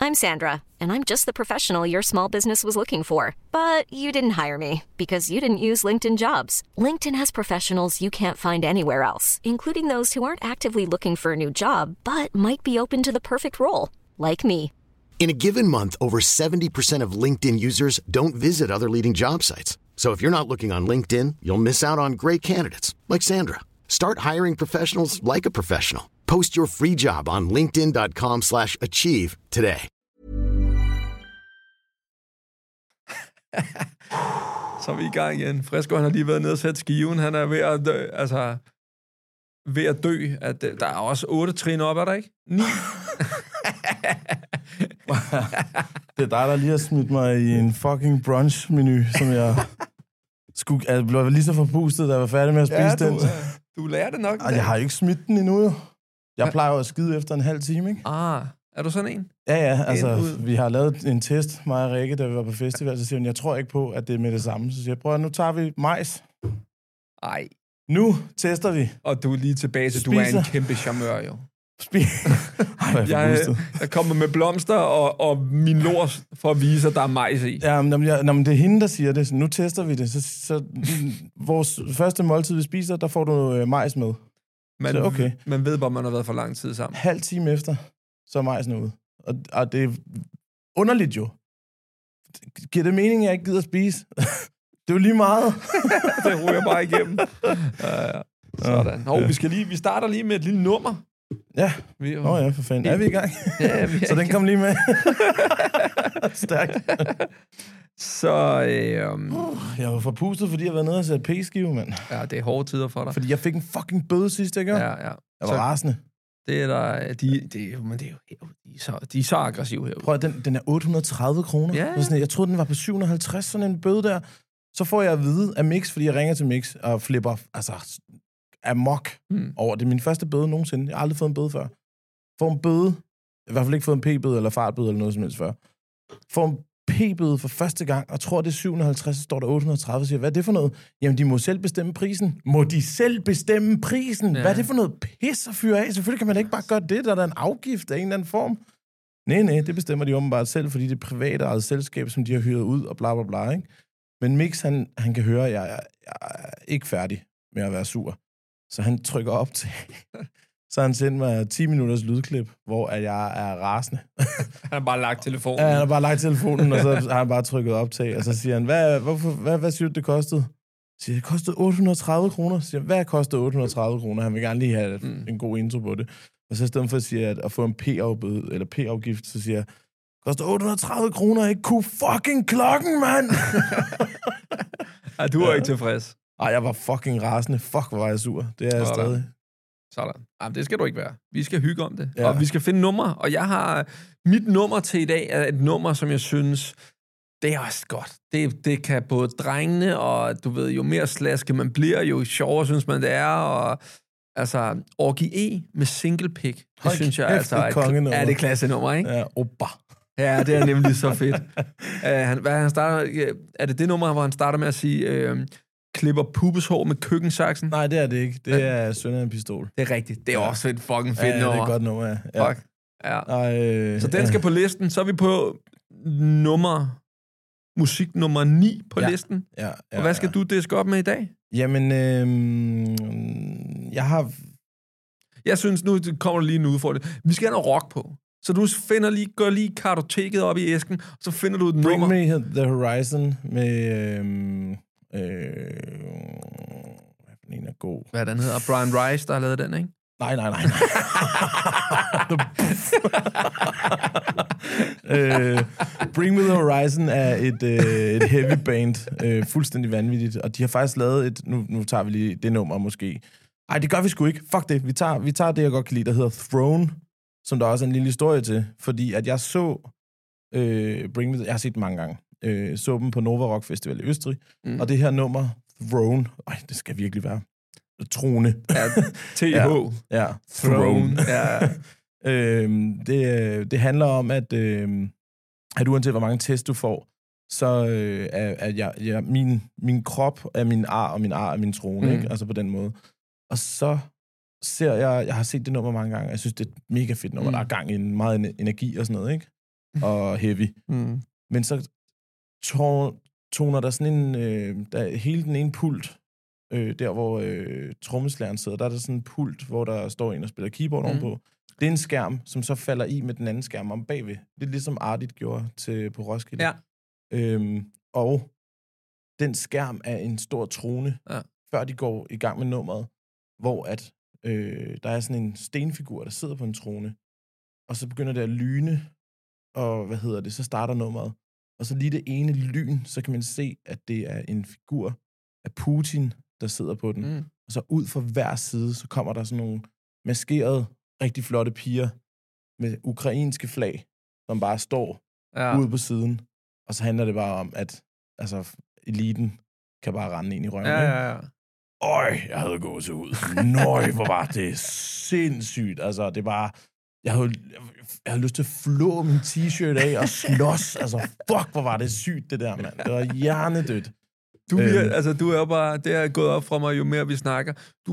I'm Sandra, and I'm just the professional your small business was looking for. But you didn't hire me because you didn't use LinkedIn Jobs. LinkedIn has professionals you can't find anywhere else, including those who aren't actively looking for a new job, but might be open to the perfect role, like me. In a given month, over 70% of LinkedIn users don't visit other leading job sites. So if you're not looking on LinkedIn, you'll miss out on great candidates like Sandra. Start hiring professionals like a professional. Post your free job on linkedin.com/achieve today. Så er vi i gang igen. Fresco, han har lige været nede og sætte skiven. Han er ved at dø, ved at dø. Der er også 8 trin op, er der ikke? 9. Det er dig, der lige har smidt mig i en fucking brunch-menu, som jeg blev lige så forpustet, da jeg var færdig med at spise den. Du lærer det nok. Jeg har ikke smidt den endnu, jo. Jeg plejer jo at skide efter en halv time, ikke? Er du sådan en? Ja, altså, vi har lavet en test, mig og Rikke, da vi var på festival, så siger hun, jeg tror ikke på, at det er med det samme. Så siger jeg, prøv at nu tager vi majs. Ej. Nu tester vi. Og du er lige tilbage til, du er en kæmpe charmeur, jo. Jeg kommer med blomster og min lort for at vise, at der er majs i. Ja, men det er hende, der siger det. Så nu tester vi det. Så vores første måltid, vi spiser, der får du majs med. Så okay. Man ved, hvor man har været for lang tid sammen. Halv time efter, så er majsen ude. Og det er underligt jo. Giver det mening, at jeg ikke gider at spise? Det er jo lige meget. Det ryger bare igennem. Ja. Sådan. Vi starter lige med et lille nummer. Ja. Ja, for fanden. Er vi i gang? Ja, så den kom lige med. Stærkt. Så, jeg var forpustet, fordi jeg var nede og sætte p-skive, mand. Ja, det er hårde tider for dig. Fordi jeg fik en fucking bøde sidst, ikke? Ja. Jeg var rasende. Det er der... Men det er jo... De er så aggressive her. Prøv at den er 830 kroner. Ja. Jeg troede, den var på 750, sådan en bøde der. Så får jeg at vide af Mix, fordi jeg ringer til Mix og flipper amok over. Det er min første bøde nogensinde. Jeg har aldrig fået en bøde før. Får en bøde. I hvert fald ikke fået en p-bøde eller fartbøde eller noget som helst før. Får en p-bøde for første gang, og tror, det er 750, så står der 830, og siger, hvad er det for noget? Jamen, de må selv bestemme prisen. Må de selv bestemme prisen? Ja. Hvad er det for noget pis at fyre af? Selvfølgelig kan man ikke bare gøre det, der er en afgift af en eller anden form. Nej, det bestemmer de åbenbart selv, fordi det er private eget selskab, som de har hyret ud, og bla bla bla, ikke? Men Mix, han kan høre, at jeg er ikke færdig med at være sur. Så han trykker op til... Så han sendte mig 10 minutters lydklip, hvor jeg er rasende. Han har bare lagt telefonen. Ja, han har bare lagt telefonen, og så har han bare trykket optag. Og så siger han, hvad synes du, det kostede? Så siger det kostede 830 kroner. Så siger han, hvad kostede 830 kroner? Han vil gerne lige have en god intro på det. Og så i stedet for at sige, at få en p-afgift, så siger jeg, koster 830 kroner, ikke kunne fucking klokken, mand! Ej, du var ikke tilfreds. Ej, jeg var fucking rasende. Fuck, hvor var jeg sur. Det er jeg stadig. Sådan. Jamen, det skal du ikke være. Vi skal hygge om det. Ja. Og vi skal finde numre. Og jeg har... Mit nummer til i dag er et nummer, som jeg synes, det er også godt. Det kan både drengene, og du ved, jo mere slaske man bliver, jo sjovere synes man det er. Og altså, Orgie E med Single Pick. Det synes jeg altså er det klassenummer, ikke? Ja, oppa. Ja, det er nemlig så fedt. Han starter... Er det nummer, hvor han starter med at sige... klipper pubeshår med køkkensaksen? Nej, det er det ikke. Det er Sønder en pistol. Det er rigtigt. Det er også et fucking fedt nummer. det er et godt nummer, ja. Fuck. Ja. Så den skal på listen. Så er vi på musik nummer 9 på listen. Ja, og hvad skal du diske op med i dag? Jamen, jeg har... Jeg synes, nu kommer der lige en udfordring. Vi skal have noget rock på. Så du går lige kartoteket op i æsken, og så finder du et nummer. Bring Me The Horizon med... en er god. Hvad den hedder? Brian Rice, der har lavet den, ikke? Nej. Bring Me The Horizon er et heavy band, fuldstændig vanvittigt, og de har faktisk lavet nu tager vi lige det nummer måske. Ej, det gør vi sgu ikke. Fuck det. Vi tager det, jeg godt kan lide, der hedder Throne, som der også er en lille historie til, fordi at jeg så Bring Me The, jeg har set den mange gange. Så dem på Nova Rock Festival i Østrig, og det her nummer, Throne, det skal virkelig være trone. Ja, TH. Ja, Throne. Ja. Det handler om, at uanset hvor mange tests du får, så er min krop er min ar, og min ar er min trone, ikke? Altså på den måde. Og så ser jeg har set det nummer mange gange, jeg synes, det er et mega fedt nummer, der er gang i meget energi og sådan noget, ikke? og heavy. Men så toner der sådan en... hele den ene pult, der hvor trommeslageren sidder, der er der sådan en pult, hvor der står en og spiller keyboard ovenpå. Det er en skærm, som så falder i med den anden skærm om bagved. Det er ligesom Ardit gjorde på Roskilde. Ja. Og den skærm er en stor trone, før de går i gang med nummeret, hvor at der er sådan en stenfigur, der sidder på en trone, og så begynder det at lyne, og så starter nummeret. Og så lige det ene lyn, så kan man se, at det er en figur af Putin, der sidder på den. Og så ud fra hver side, så kommer der sådan nogle maskerede, rigtig flotte piger med ukrainske flag, som bare står ude på siden. Og så handler det bare om, at eliten kan bare rende ind i røven. Ja. Øj, jeg havde gået så ud. Nøj, hvor var det sindssygt. Altså, det var... Jeg havde lyst til at flå min t-shirt af og slås. Altså, fuck, hvor var det sygt, det der, mand. Det var hjernedødt. Du er bare, det er gået op fra mig, jo mere vi snakker. Du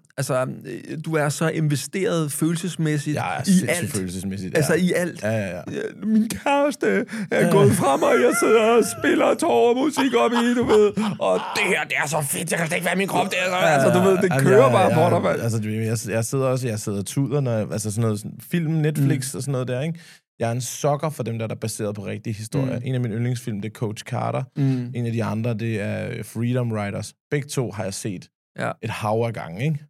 er så investeret følelsesmæssigt i alt. Følelsesmæssigt, Altså i alt. Ja. Min kæreste er gået fra mig, jeg sidder og spiller tårermusik op i, du ved. Og det her, det er så fedt, jeg kan slet ikke være min krop. Det er, du ved, det kører bare for dig, mand. Altså, jeg sidder og tuder, når sådan noget film, Netflix og sådan noget der, ikke? Jeg er en sokker for dem, der er baseret på rigtige historier. En af mine yndlingsfilm, det er Coach Carter. En af de andre, det er Freedom Riders. Begge to har jeg set et hav af gange, ikke?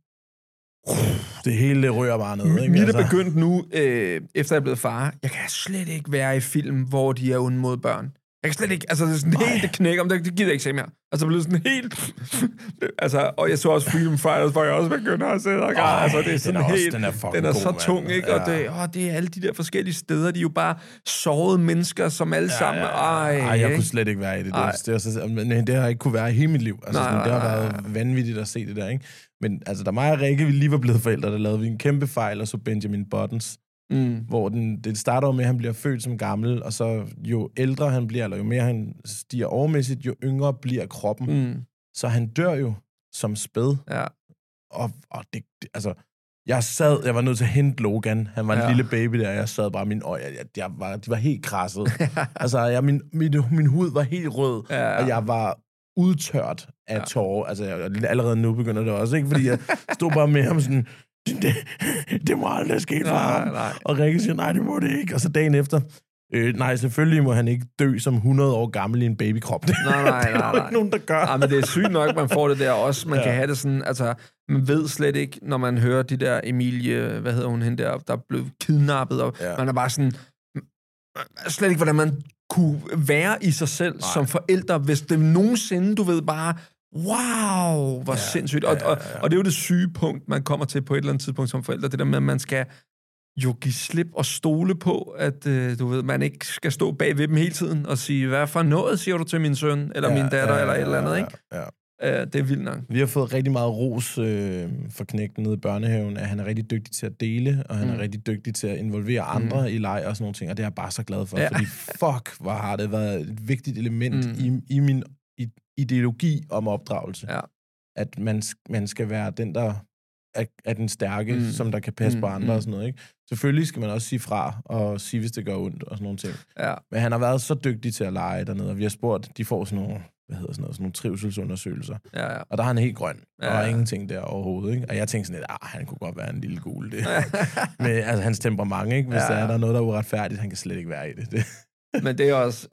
Det hele rører bare ned, ikke? Mit er begyndt nu, efter jeg er blevet far. Jeg kan slet ikke være i film, hvor de er uden mod børn. Jeg kan slet ikke, det er sådan helt, det knækker, det gider jeg ikke se mere. Altså, det blev sådan helt... og jeg så også Freedom Fighters, hvor jeg også begynder at sidde og græde. Det er sådan helt... Den er så god, tung, ikke? Ja. Og det er alle de der forskellige steder, de er jo bare sårede mennesker, som alle sammen... Jeg kunne slet ikke være i det. Det har ikke kunne være i hele mit liv. Det har været vanvittigt at se det der, ikke? Men der mig og Rikke, vi lige var blevet forældre, der lavede vi en kæmpe fejl, og så Benjamin Buttons. Hvor det starter med, at han bliver født som gammel, og så jo ældre han bliver, eller jo mere han stiger overmæssigt, jo yngre bliver kroppen. Så han dør jo som spæd. Ja. Og jeg var nødt til at hente Logan. Han var en lille baby der, jeg sad bare, mine øjne, de var helt krasset. Min hud var helt rød, og jeg var udtørt af tårer. Allerede nu begynder det også, ikke? Fordi jeg stod bare med ham sådan... Det må aldrig ske for ham. Og Rikke siger, nej, det må det ikke. Og så dagen efter, nej, selvfølgelig må han ikke dø som 100 år gammel i en babykrop. Nej. ikke nogen, der gør. Ja, men det er sygt nok, man får det der også. Man kan have det sådan, man ved slet ikke, når man hører de der Emilie, hvad hedder hun hende der blev kidnappet, og man er bare sådan, slet ikke, hvordan man kunne være i sig selv som forældre, hvis det nogensinde, du ved, bare... Wow, hvor sindssygt. Og det er jo det syge punkt, man kommer til på et eller andet tidspunkt som forældre. Det der med, at man skal jo give slip og stole på, at du ved, man ikke skal stå bag ved dem hele tiden og sige, hvad for noget siger du til min søn, eller min datter, eller et eller andet, ikke? Det er vildt nok. Vi har fået rigtig meget ros for knægten nede i børnehaven, at han er rigtig dygtig til at dele, og han er rigtig dygtig til at involvere andre i leg og sådan nogle ting, og det er jeg bare så glad for, fordi hvor har det været et vigtigt element i min ideologi om opdragelse. At man skal være den, der er den stærke, som der kan passe på andre og sådan noget, ikke? Selvfølgelig skal man også sige fra, og sige, hvis det gør ondt, og sådan nogle ting. Men han har været så dygtig til at lege dernede, og vi har spurgt, de får sådan nogle, sådan nogle trivselsundersøgelser. Og der er han helt grøn, og der er ingenting der overhovedet, ikke? Og jeg tænkte sådan lidt, han kunne godt være en lille gul, det. Med hans temperament, ikke? Hvis der er noget, der er uretfærdigt, han kan slet ikke være i det. Men det er også,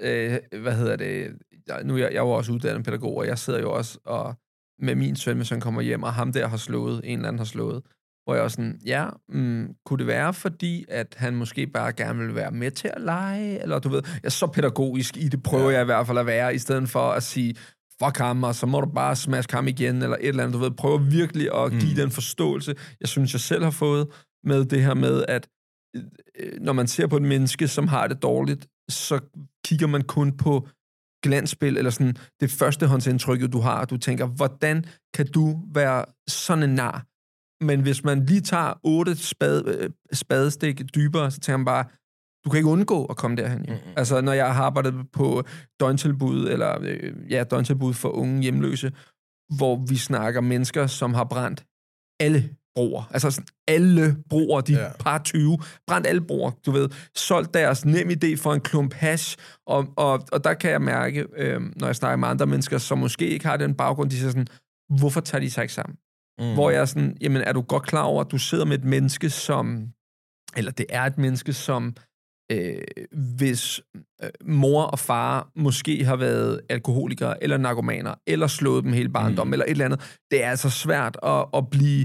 jeg er jo også uddannet pædagog, og jeg sidder jo også og med min søn, hvis han kommer hjem, og ham der har slået, en eller anden har slået, hvor jeg også sådan, kunne det være, fordi at han måske bare gerne vil være med til at lege, eller du ved, jeg er så pædagogisk i det, prøver jeg i hvert fald at være, i stedet for at sige, fuck ham, og så må du bare smaske ham igen, eller et eller andet, du ved, prøver virkelig at give den forståelse, jeg synes, jeg selv har fået med det her med, at når man ser på et menneske, som har det dårligt, så kigger man kun på glansspil, eller sådan det førstehåndsindtrykket, du har, og du tænker, hvordan kan du være sådan en nar? Men hvis man lige tager 8 spadestik dybere, så tænker man bare, du kan ikke undgå at komme derhen. Altså, når jeg har arbejdet på døgntilbud, eller døgntilbud for unge hjemløse, hvor vi snakker mennesker, som har brændt alle broer. Altså sådan alle broer, de par 20. Brændt alle broer, du ved. Solgt deres nem idé for en klump hash. Og der kan jeg mærke, når jeg snakker med andre mennesker, som måske ikke har den baggrund, de siger sådan, hvorfor tager de sig ikke sammen? Hvor jeg er sådan, jamen er du godt klar over, at du sidder med et menneske, som... Eller det er et menneske, som... hvis mor og far måske har været alkoholikere eller narkomaner, eller slået dem hele barndom, eller et eller andet. Det er altså svært at blive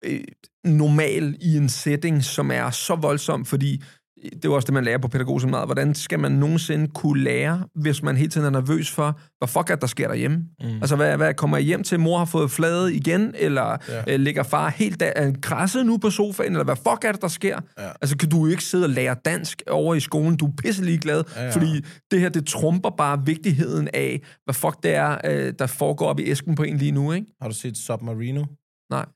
normal i en setting, som er så voldsom, fordi det er også det, man lærer på pædagogseminaret. Hvordan skal man nogensinde kunne lære, hvis man hele tiden er nervøs for, hvad fuck er der sker derhjemme? Altså, hvad kommer jeg hjem til? Mor har fået flade igen, eller ligger far helt græsset nu på sofaen, eller hvad fuck er det, der sker? Ja. Altså, kan du jo ikke sidde og lære dansk over i skolen. Du er pisselig glad, fordi det her, det trumper bare vigtigheden af, hvad fuck det er, der foregår op i æsken på en lige nu, ikke? Har du set Submarino? Nej.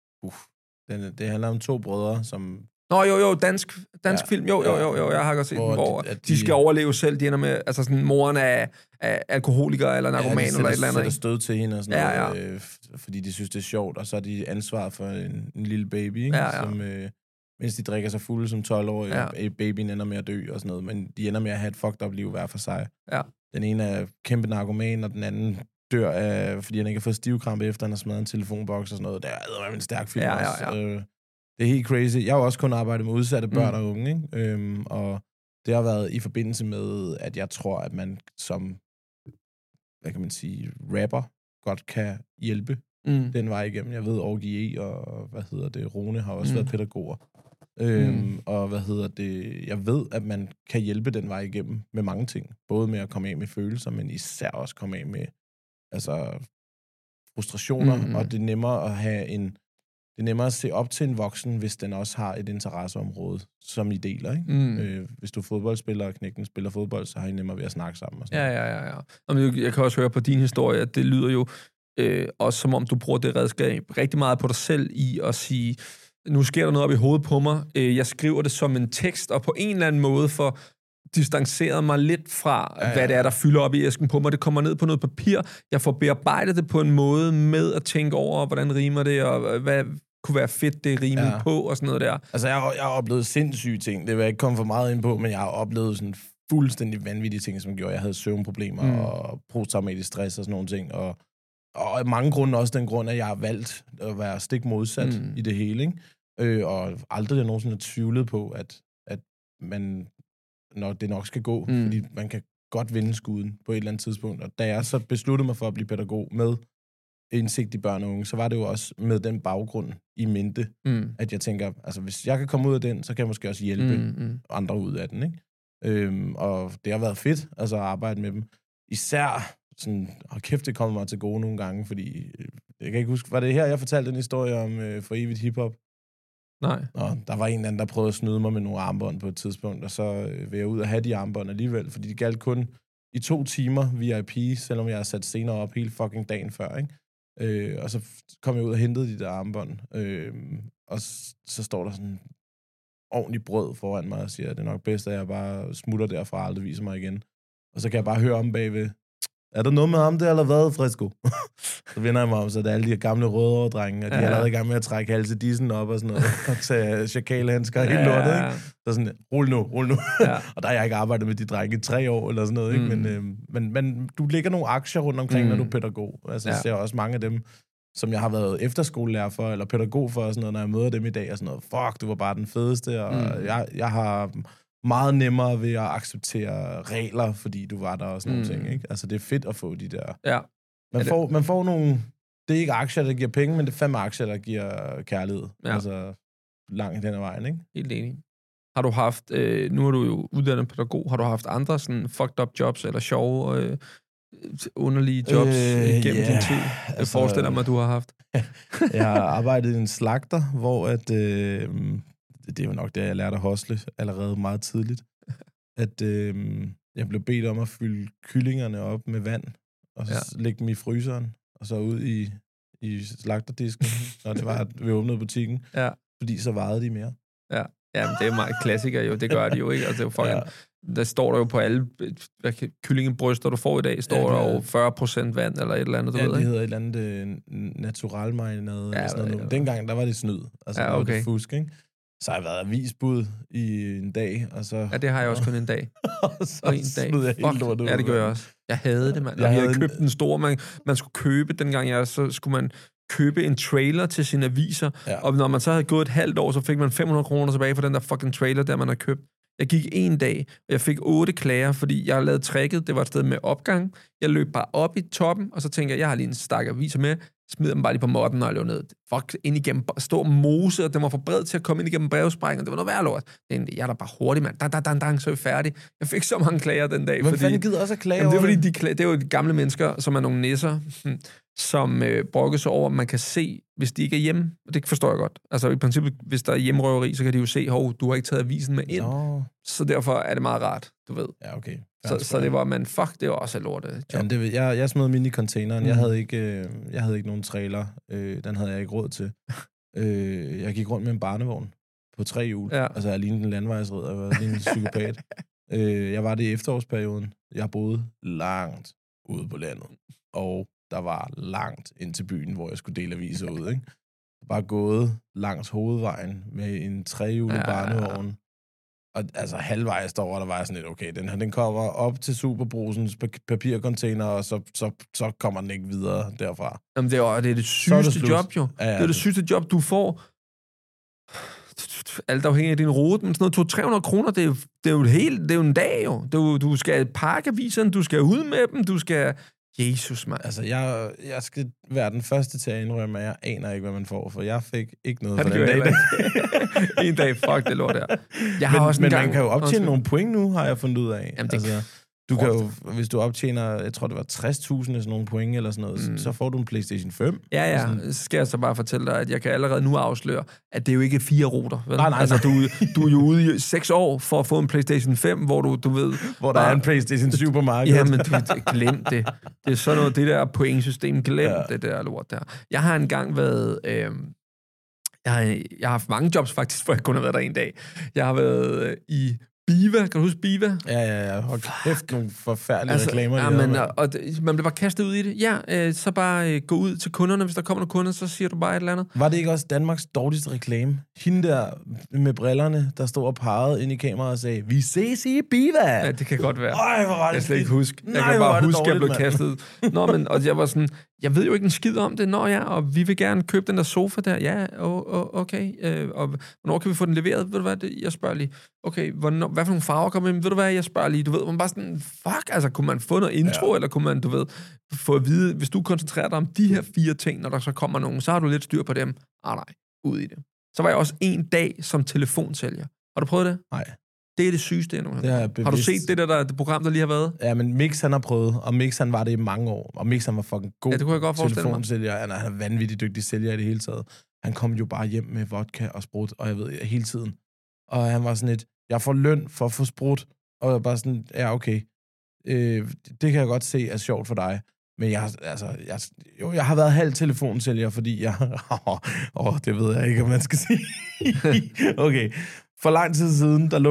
Det handler om 2 brødre, som... Nå, dansk film. Jo, jeg har godt set den, hvor de skal overleve selv. De ender med, altså sådan, moren er alkoholiker eller narkoman eller et eller andet. De stød til hende og sådan noget, fordi de synes, det er sjovt, og så er de ansvar for en lille baby, ikke? Som, mens de drikker sig fulde som 12-årige, babyen ender med at dø og sådan noget, men de ender med at have et fucked up liv hver for sig. Ja. Den ene er kæmpe narkoman, og den anden dør af, fordi han ikke har fået stivkrampe efter, han har smadret en telefonboks og sådan noget. Det er en stærk film også. Det er helt crazy. Jeg har også kun arbejdet med udsatte børn og unge, ikke? Og det har været i forbindelse med, at jeg tror, at man som, hvad kan man sige, rapper godt kan hjælpe den vej igennem. Jeg ved, Orgie og Rune har også været pædagoger. Og jeg ved, at man kan hjælpe den vej igennem med mange ting. Både med at komme af med følelser, men især også komme af med frustrationer, og det er nemmere at have det er nemmere at se op til en voksen, hvis den også har et interesseområde, som I deler, ikke? Hvis du er fodboldspiller, og knægten spiller fodbold, så har I nemmere ved at snakke sammen. Og sådan. Ja. Jeg kan også høre på din historie, at det lyder jo også som om, du bruger det redskab rigtig meget på dig selv i at sige, nu sker der noget op i hovedet på mig, jeg skriver det som en tekst, og på en eller anden måde for distanceret mig lidt fra, hvad det er, der fylder op i æsken på mig. Det kommer ned på noget papir. Jeg får bearbejdet det på en måde med at tænke over, hvordan rimer det, og hvad kunne være fedt, det rimer på, og sådan noget der. Altså, jeg har oplevet sindssyge ting. Det vil jeg ikke komme for meget ind på, men jeg har oplevet sådan fuldstændig vanvittige ting, som gjorde. Jeg havde søvnproblemer og posttraumatisk stress og sådan nogle ting. Og af mange grunde også den grund, at jeg har valgt at være stik modsat i det hele, ikke? Og aldrig nogensinde tvivlet på, at man... når det nok skal gå, fordi man kan godt vinde skuden på et eller andet tidspunkt. Og da jeg så besluttede mig for at blive pædagog med indsigt i børn og unge, så var det jo også med den baggrund i mente, at jeg tænker, altså hvis jeg kan komme ud af den, så kan jeg måske også hjælpe andre ud af den, ikke? Og det har været fedt, altså at arbejde med dem. Især sådan, kæft, det kommer mig til gode nogle gange, fordi jeg kan ikke huske, var det her, jeg fortalte en historie om For Evigt Hiphop? Nej. Og der var en eller anden, der prøvede at snyde mig med nogle armbånd på et tidspunkt, og så vil jeg ud og have de armbånd alligevel, fordi de galt kun i 2 timer VIP, selvom jeg har sat senere op hele fucking dagen før, ikke? Og så kom jeg ud og hentede de der armbånd, og så står der sådan ordentligt brød foran mig og siger, at det er nok bedst, at jeg bare smutter derfra og aldrig viser mig igen. Og så kan jeg bare høre om bagved, er der noget med ham der, eller hvad, Frisco? Så vender jeg mig om, så det er alle de gamle rødovre-drenge, og de er allerede i gang med at trække halse dissen op og sådan noget, og tage chakalhandsker helt lortet, ikke? Så sådan, rul nu. Og der har jeg ikke arbejdet med de drenge i 3 år, eller sådan noget, ikke? Men du lægger nogle aktier rundt omkring, når du er pædagog. Altså, jeg ser også mange af dem, som jeg har været efterskolelærer for, eller pædagog for, og sådan noget, når jeg møder dem i dag, og sådan noget, fuck, du var bare den fedeste, og jeg har meget nemmere ved at acceptere regler, fordi du var der og sådan nogle ting, ikke? Altså, det er fedt at få de der... Ja. Man får nogle... Det er ikke aktier, der giver penge, men det er 5 aktier, der giver kærlighed. Ja. Altså, langt den ad vejen, ikke? Helt enig. Har du haft... nu er du jo uddannet pædagog. Har du haft andre sådan fucked up jobs, eller sjove, underlige jobs gennem din tid? Jeg forestiller mig, du har haft. Jeg har arbejdet i en slagter, hvor at... det var nok det, jeg lærte at hostle allerede meget tidligt. At jeg blev bedt om at fylde kyllingerne op med vand, og så lægge dem i fryseren, og så ud i slagterdisken, når det var, at vi åbnede butikken. Ja. Fordi så vejede de mere. Ja, men det er meget klassiker jo. Det gør de jo ikke. Altså, det er der står der jo på alle kyllingebryster, du får i dag, står der jo 40% vand, eller et eller andet, du ved, det hedder et eller andet naturalmarinade, eller sådan noget. Dengang, der var det snyd. Altså, der var det fusk, ikke? Så har jeg været avisbud i en dag, og så... Ja, det har jeg også kun en dag. Og så smed jeg helt lortet ud. Ja, det gør jeg også. Jeg havde det, mand. Jeg havde købt en stor... Man skulle købe, dengang så skulle man købe en trailer til sine aviser, og når man så havde gået et halvt år, så fik man 500 kroner tilbage for den der fucking trailer, der man har købt. Jeg gik en dag, og jeg fik 8 klager, fordi jeg lavede tricket. Det var et sted med opgang. Jeg løb bare op i toppen, og så tænkte jeg har lige en stak aviser med, smider dem bare lige på måtten og løb ned. Fuck, ind igennem stor mose, og den var for bred til at komme ind igennem brevsprækken, og det var noget værd lort. Jeg er da bare hurtig, mand. Dang, så er vi færdige. Jeg fik så mange klager den dag. Hvem fanden gider også at klage over det? Er fordi, det er jo de gamle mennesker, som er nogle nisser, som brokker sig over, at man kan se, hvis de ikke er hjemme. Det forstår jeg godt. Altså i princippet, hvis der er hjemmerøveri, så kan de jo se, du har ikke taget avisen med ind. Så derfor er det meget rart, du ved. Ja, okay. Så det var, men fuck, det var også et lortet job. Ja, jeg smed min i containeren. Jeg havde ikke nogen trailer. Den havde jeg ikke råd til. Jeg gik rundt med en barnevogn på 3 hjul. Ja. Altså, jeg lignede en landvejsridder. Jeg var en psykopat. Jeg var det i efterårsperioden. Jeg boede langt ude på landet. Og der var langt ind til byen, hvor jeg skulle dele aviser ud, ikke? Bare gået langs hovedvejen med en 3-hjulet barnevogn. Og altså halvvejs derovre, der var sådan lidt, okay, den kommer op til Superbrusens papircontainer, og så kommer den ikke videre derfra. Jamen det er det sygeste job, jo. Ja, det er det sygeste job, du får. Alt afhængig af din rute, men sådan noget 200-300 kroner, det er jo en dag, jo. Du skal pakke aviserne, du skal ud med dem, du skal... Jesus, mand. Altså, jeg skal være den første til at indrømme, at jeg aner ikke, hvad man får, for jeg fik ikke noget for den dag. En dag, fuck det lort der. Men man kan jo optjene nogle point nu, har jeg fundet ud af. Jamen, du kan jo, hvis du optjener, jeg tror det var 60.000 sådan nogle point eller sådan noget, så får du en PlayStation 5. Ja. Så skal jeg så bare fortælle dig, at jeg kan allerede nu afsløre, at det er jo ikke 4 ruter. Vel? Nej. Altså, du er jo ude i 6 år for at få en PlayStation 5, hvor du ved... Hvor der er en PlayStation Supermarket. Jamen, glem det. Det er sådan noget, det der pointsystem, glem det der lort der. Jeg har engang været... Jeg har haft mange jobs faktisk, for jeg kun har været der en dag. Jeg har været i Biva, kan du huske Biva? Ja. Hold kæft, nogle forfærdelige reklamer. Man bliver bare kastet ud i det. Ja, så bare gå ud til kunderne. Hvis der kommer nogle kunder, så siger du bare et eller andet. Var det ikke også Danmarks dårligste reklame? Hende der med brillerne, der stod og pegede ind i kameraet og sagde, vi ses i Biva! Ja, det kan godt være. Ej, hvor var det jeg slet ikke huske. Jeg kan bare huske, at jeg blev kastet. Og jeg var sådan, jeg ved jo ikke en skid om det. Og vi vil gerne købe den der sofa der. Ja, okay. Og hvornår kan vi få den leveret? Ved du hvad, jeg spørger lige. Okay, hvad for nogle farver kommer ind? Ved du hvad, jeg spørger lige. Du ved, man bare sådan, fuck, altså, kunne man få noget intro, eller kunne man, du ved, få at vide, hvis du koncentrerer dig om de her 4 ting, når der så kommer nogen, så har du lidt styr på dem. Nej, ud i det. Så var jeg også en dag som telefonsælger. Har du prøvet det? Nej. Det er det sygeste, jeg har du set det program, der lige har været? Ja, men Mix, han har prøvet, og Mix, han var det i mange år. Og Mix, han var fucking god det kunne jeg godt telefonsælger. Han er vanvittigt dygtig sælger i det hele taget. Han kom jo bare hjem med vodka og sprut, og jeg ved, hele tiden. Og han var sådan et, jeg får løn for at få sprut, og jeg bare sådan, ja, okay. Det kan jeg godt se er sjovt for dig. Men jeg har været halv telefonsælger, fordi jeg... det ved jeg ikke, om man skal sige. Okay. For lang tid siden, der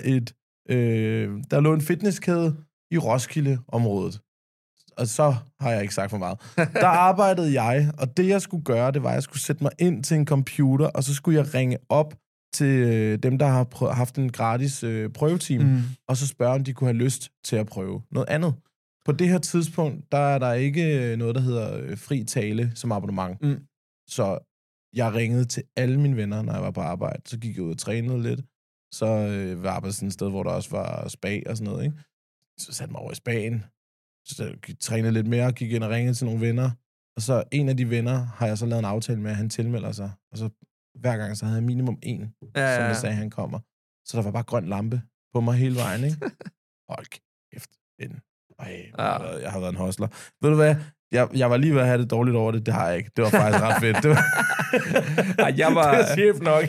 lå en fitnesskæde i Roskilde-området. Og så har jeg ikke sagt for meget. Der arbejdede jeg, og det jeg skulle gøre, det var, at jeg skulle sætte mig ind til en computer, og så skulle jeg ringe op til dem, der har haft en gratis prøveteam, og så spørge, om de kunne have lyst til at prøve noget andet. På det her tidspunkt, der er der ikke noget, der hedder fri tale som abonnement. Så jeg ringede til alle mine venner, når jeg var på arbejde. Så gik jeg ud og trænede lidt. Så var jeg arbejde sådan et sted, hvor der også var spa og sådan noget, ikke? Så satte mig over i spaen. Så trænede lidt mere, gik ind og ringede til nogle venner. Og så en af de venner har jeg så lavet en aftale med, at han tilmelder sig. Og så hver gang, så havde jeg minimum 1, som jeg sagde, han kommer. Så der var bare grøn lampe på mig hele vejen, ikke? Hold kæft, ven. Jeg har været en hustler. Ved du hvad? Jeg var lige ved at have det dårligt over det. Det har jeg ikke. Det var faktisk ret fedt. Det var, jeg var, det er chef nok.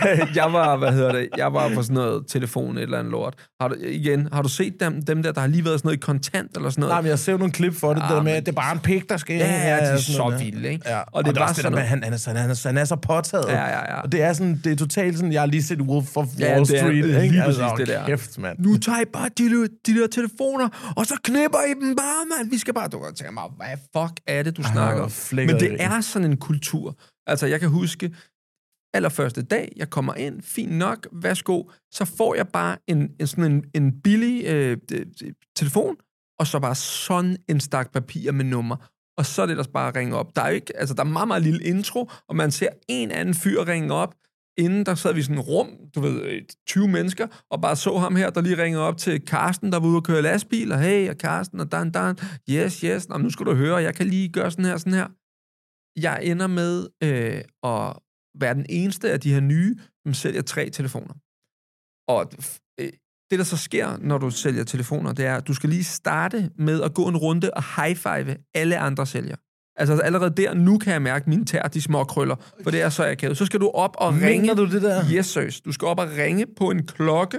jeg var på sådan noget telefon, et eller andet lort. Har du set dem der har lige været sådan noget i kontant, eller sådan noget? Nej, men jeg ser jo nogle klip for det, der med, at det er bare en pik, der skal... Ja, de er så vilde, ikke? Ja. Og det er bare sådan noget, han er så påtaget. Ja. Og det er sådan, det er totalt sådan, jeg har lige set Wolf of Wall det Street, er ikke? lige præcis det der. Kæft, mand. Nu tager I bare de der telefoner, og så knipper I dem bare, mand. Vi skal bare... Du kan tænke mig, hvad fuck er det, du snakker om? Men det er sådan en kultur. Altså, jeg kan huske, allerførste dag, jeg kommer ind, fint nok, værsgo, så får jeg bare en billig telefon, og så bare sådan en stak papir med nummer, og så er det der bare at ringe op. Der er ikke, altså, der er meget, meget lille intro, og man ser en anden fyr ringe op. Inden der sad vi i sådan et rum, 20 mennesker, og bare så ham her, der lige ringede op til Karsten, der var ude og køre lastbil, og hey, og Karsten, og dan, yes, nå, nu skal du høre, jeg kan lige gøre sådan her. Jeg ender med at være den eneste af de her nye, som sælger 3 telefoner. Og det, der så sker, når du sælger telefoner, det er, at du skal lige starte med at gå en runde og high-five alle andre sælgere. Altså allerede der, nu kan jeg mærke mine tær, de små krøller, for det er så akavet. Så skal du op og ringe. Mener du det der? Yes, seriøst. Du skal op og ringe på en klokke,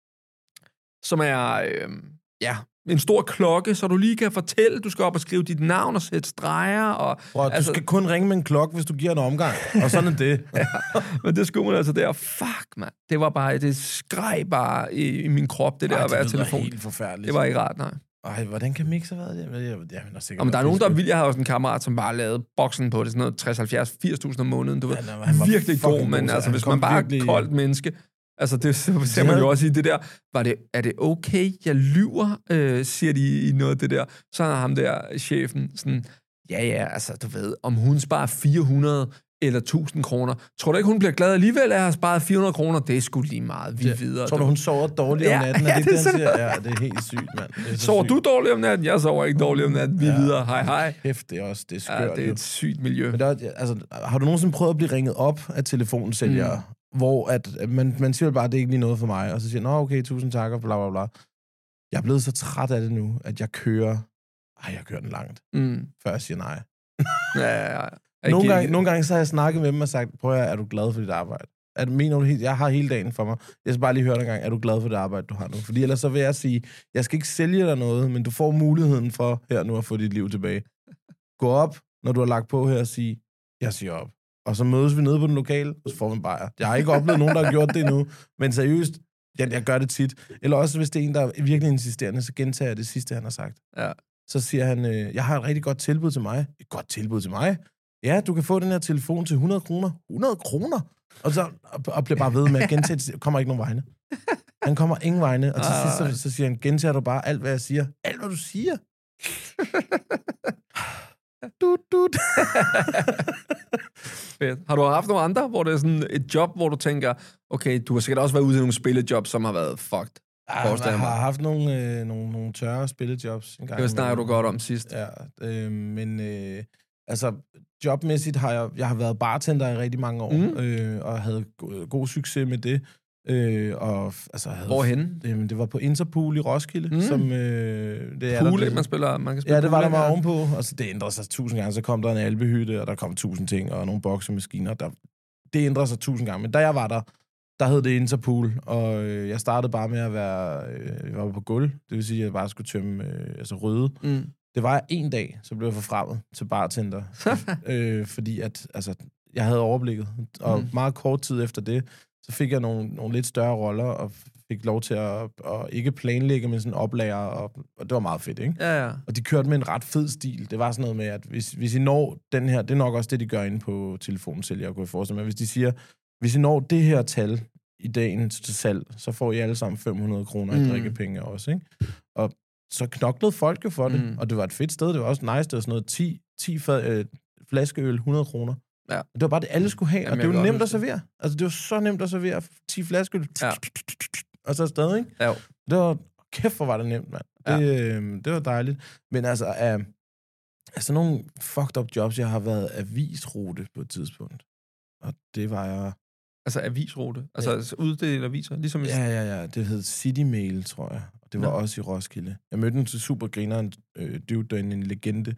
som er, en stor klokke, så du lige kan fortælle, du skal op og skrive dit navn og sætte streger. Og, du skal kun ringe med en klokke, hvis du giver en omgang. Og sådan er det. Ja, men det skulle man altså der. Fuck, mand. Det var bare, det skreg bare i min krop, det der at være telefon. Det var helt forfærdeligt. Det var ikke rart, nej. Ej, hvordan kan Mix have været det? Men der er nogen, der vil. Jeg har også en kammerat, som bare lavede boksen på det, sådan noget 60, 70, 80.000 om måneden. Du ved, virkelig god, men altså, hvis man bare er et koldt menneske, altså det ser man jo også i det der, er det okay, jeg lyver, siger de i noget af det der. Så er ham der, chefen, sådan, ja, altså du ved, om hun sparer 400 eller 1000 kroner. Tror du ikke, hun bliver glad alligevel af at have sparet 400 kroner? Det er sgu lige meget. Vi videre. Tror du, hun sover dårligt om natten? Ja, det er helt sygt, mand. Sover du dårligt om natten? Jeg sover ikke dårligt om natten. Vi videre. Hej. Hæft, det er også, det er skørt. Ja, det er et sygt miljø. Men har du nogensinde prøvet at blive ringet op af telefonsælgere, hvor at man siger bare, at det er ikke lige noget for mig, og så siger okay, 1000 tak, og bla bla bla. Jeg er blevet så træt af det nu, at jeg kører den langt, før jeg siger nej. Ja. Nogle gange så har jeg snakket med dem og sagt, prøv at er du glad for dit arbejde? Jeg har hele dagen for mig. Jeg skal bare lige høre dig en gang, er du glad for det arbejde, du har nu? Fordi ellers så vil jeg sige, jeg skal ikke sælge dig noget, men du får muligheden for her nu at få dit liv tilbage. Gå op, når du har lagt på her og sige, jeg siger op. Og så mødes vi nede på den lokale, og så får vi en bajer. Jeg har ikke oplevet nogen, der har gjort det endnu, men seriøst, jeg gør det tit. Eller også, hvis det er en, der er virkelig insisterende, så gentager jeg det sidste, han har sagt. Ja. Så siger han, jeg har et rigtig godt tilbud til mig. Et godt tilbud til mig? Ja, du kan få den her telefon til 100 kroner. 100 kroner? Og bliver bare ved med at gentage, kommer ikke nogen vegne. Han kommer ingen vegne, og til sidst så siger han, gentager du bare alt, hvad jeg siger? Alt, hvad du siger? Fedt. Har du haft nogle andre, hvor det er sådan et job, hvor du tænker, okay, du har sikkert også været ude i nogle spillejob, som har været fucked? Jeg har haft nogle tørre spillejobs en gang. Det snakker du godt om sidst. Ja, men jobmæssigt har jeg har været bartender i rigtig mange år, og havde god succes med det. Hvorhenne? Det var på Interpool i Roskilde. Som, det er pool, der, man kan spille ja, det var der var ovenpå. Og så det ændrede sig 1000 gange. Så kom der en albehytte, og der kom 1000 ting, og nogle boksemaskiner. Det ændrede sig 1000 gange. Men da jeg var der hed det Interpool, og jeg startede bare med at være... jeg var på gulv, det vil sige, at jeg bare skulle tømme røde. Det var en dag, så blev jeg forfremmet til bartender. Fordi at, jeg havde overblikket. Og meget kort tid efter det, så fik jeg nogle lidt større roller, og fik lov til at ikke planlægge med sådan oplager, og det var meget fedt, ikke? Ja. Og de kørte med en ret fed stil. Det var sådan noget med, at hvis I når den her, det er nok også det, de gør inde på telefonsælger, kunne jeg forestille mig. Hvis de siger, hvis I når det her tal i dagen til salg, så får I alle sammen 500 kroner i drikkepenge også, ikke? Og så knoklede folk jo for det, og det var et fedt sted. Det var også nice, det var sådan noget 10 flaskeøl, 100 kroner. Ja. Det var bare det, alle skulle have, og det var nemt at servere. Altså, det var så nemt at servere 10 flaskeøl, og så afsted, ikke? Ja. Det var, kæft, hvor var det nemt, mand. Det var dejligt. Men altså nogle fucked up jobs, jeg har været avisrute på et tidspunkt. Og det var jeg... Altså avisrute? Altså uddele aviser? Ligesom Ja. Det hed City Mail, tror jeg. Og det var også i Roskilde. Jeg mødte en super grineren dude derinde, en legende.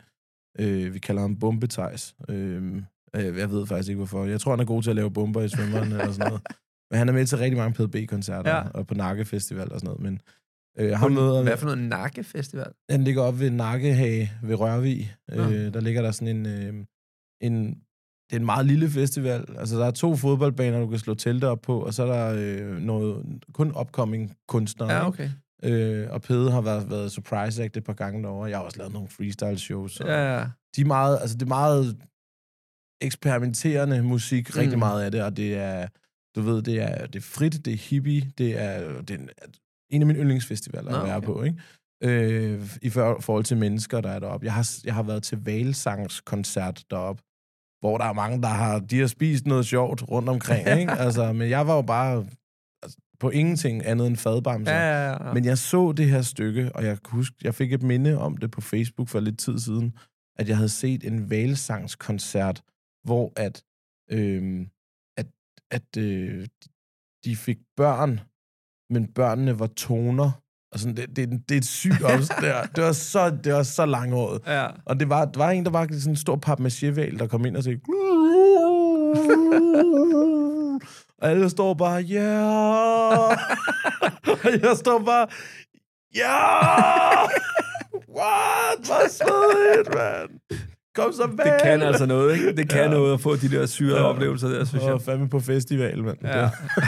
Vi kalder ham Bombetejs. Jeg ved faktisk ikke, hvorfor. Jeg tror, han er god til at lave bomber i svømmerne eller sådan noget. Men han er med til rigtig mange PDB-koncerter og på Nakke Festival og sådan noget. Men, hvad for noget Nakke Festival? Han ligger op ved Nakkehage ved Rørvig. Der ligger der sådan det er en meget lille festival. Altså, der er 2 fodboldbaner, du kan slå telte op på, og så er der noget kun upcoming kunstnere. Ja, okay. Og Pede har været surprise act et par gange derovre. Jeg har også lavet nogle freestyle shows. Ja. De er meget, altså det er meget eksperimenterende musik, rigtig meget af det, og det er, du ved, det er frit, det er hippie, det er en af mine yndlingsfestivaler at være på, ikke? I forhold til mennesker, der er deroppe. Jeg har været til Hvalsangskoncert deroppe, hvor der er mange, de har spist noget sjovt rundt omkring, ikke? Altså, men jeg var jo bare på ingenting andet end fadbamser. Ja. Men jeg så det her stykke, og jeg kan huske, jeg fik et minde om det på Facebook for lidt tid siden, at jeg havde set en hvalsangskoncert, hvor de fik børn, men børnene var toner. Og sådan, det er et sygt det var så langhåret. Ja. Og det var en, der var sådan en stor papmaché-hval, der kom ind og sagde... Og alle står bare, og jeg står bare, what? Hvor svedigt, mand. Kom så bag. Det kan altså noget, ikke? Det kan noget at få de der syrede oplevelser der, synes jeg. Fandme på festival, mand. Ja.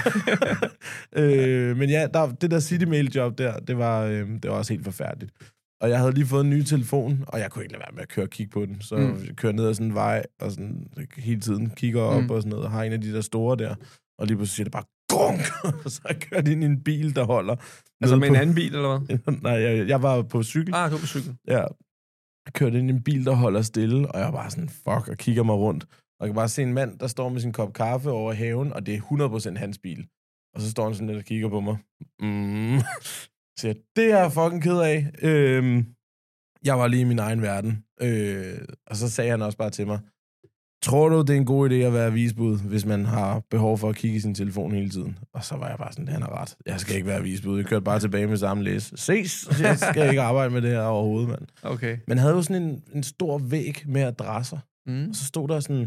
Men ja, det der City Mail job der, det var også helt forfærdeligt. Og jeg havde lige fået en ny telefon, og jeg kunne ikke lade være med at køre og kigge på den. Så jeg kører ned ad sådan en vej, og sådan hele tiden kigger op og sådan noget, og har en af de der store der. Og lige pludselig siger det bare, gong! Og så har jeg kørt ind i en bil, der holder. Altså med en anden bil, eller hvad? Nej, jeg var på cykel. Du var på cykel. Ja. Jeg kørte ind i en bil, der holder stille, og jeg var bare sådan, fuck, og kigger mig rundt. Og jeg kan bare se en mand, der står med sin kop kaffe over haven, og det er 100% hans bil. Og så står han sådan lidt og kigger på mig. Så jeg, det er jeg fucking ked af. Jeg var lige i min egen verden. Og så sagde han også bare til mig, tror du, det er en god idé at være avisbud, hvis man har behov for at kigge i sin telefon hele tiden? Og så var jeg bare sådan, han har ret. Jeg skal ikke være avisbud. Jeg kørte bare tilbage med samme læs. Ses! Jeg skal ikke arbejde med det her overhovedet, mand. Okay. Men havde jo sådan en stor væg med adresser. Og så stod der sådan...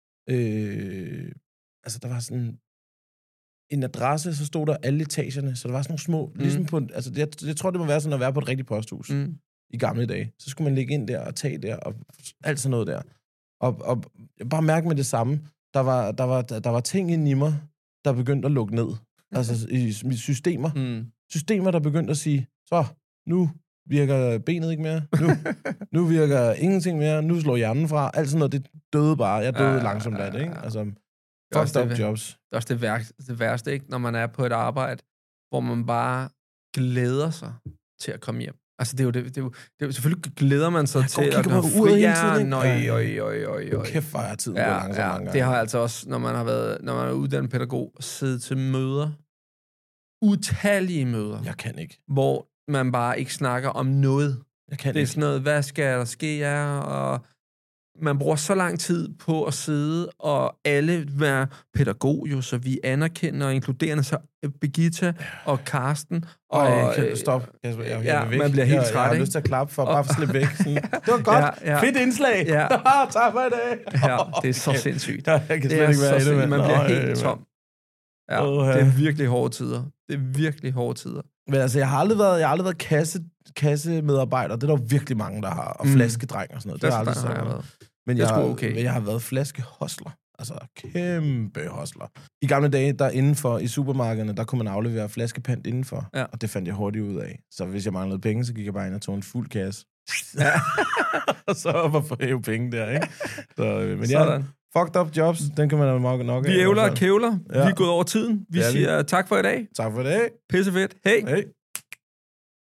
altså, der var sådan... En adresse, så stod der alle etagerne. Så der var sådan nogle små... Ligesom på... Altså, jeg tror, det må være sådan at være på et rigtigt posthus. I gamle dage. Så skulle man ligge ind der og tage der, og alt sådan noget der. Og jeg bare mærke med det samme. Der var ting inde i mig, der begyndte at lukke ned. Altså i systemer. Systemer, der begyndte at sige, så, nu virker benet ikke mere. Nu virker ingenting mere. Nu slår hjernen fra. Alt sådan noget, det døde bare. Jeg døde langsomt af det, ikke? Altså, fucked up jobs. Det er også det værste, ikke? Når man er på et arbejde, hvor man bare glæder sig til at komme hjem. Altså, det er jo selvfølgelig glæder man sig til at komme fri. Nøj. Kæft, hvor er tiden gået langsomt. Det har altså også, når man er uddannet pædagog, siddet til møder. Utallige møder. Jeg kan ikke. Hvor man bare ikke snakker om noget. Jeg kan det er sådan noget, hvad skal der ske, og man bruger så lang tid på at sidde, og alle være pædagog jo, så vi anerkender og inkluderende så Birgitta og Karsten. Stop. Jeg man bliver helt træt, jeg har lyst til at klappe for bare at slippe væk. Sådan. Det var godt. Fedt indslag. Tak for i dag. Det er så sindssygt. Jeg kan slet ikke være i det, man bliver helt tom. Det er virkelig hårde tider. Men altså, jeg har aldrig været kassemedarbejder. Det er der jo virkelig mange, der har. Og flaskedreng og sådan noget. Det har aldrig været. Men jeg har været flaskehostler. Altså, kæmpe hostler. I gamle dage, der indenfor i supermarkederne, der kunne man aflevere flaskepant indenfor. Ja. Og det fandt jeg hurtigt ud af. Så hvis jeg manglede penge, så gik jeg bare ind og tog en fuld kasse. Og så op og få hæve penge der, ikke? Så, men sådan. Fucked up jobs, den kan man nok Vi ævler og kævler. Vi er gået over tiden. Vi siger tak for i dag. Tak for i dag. Pissefedt. Hej.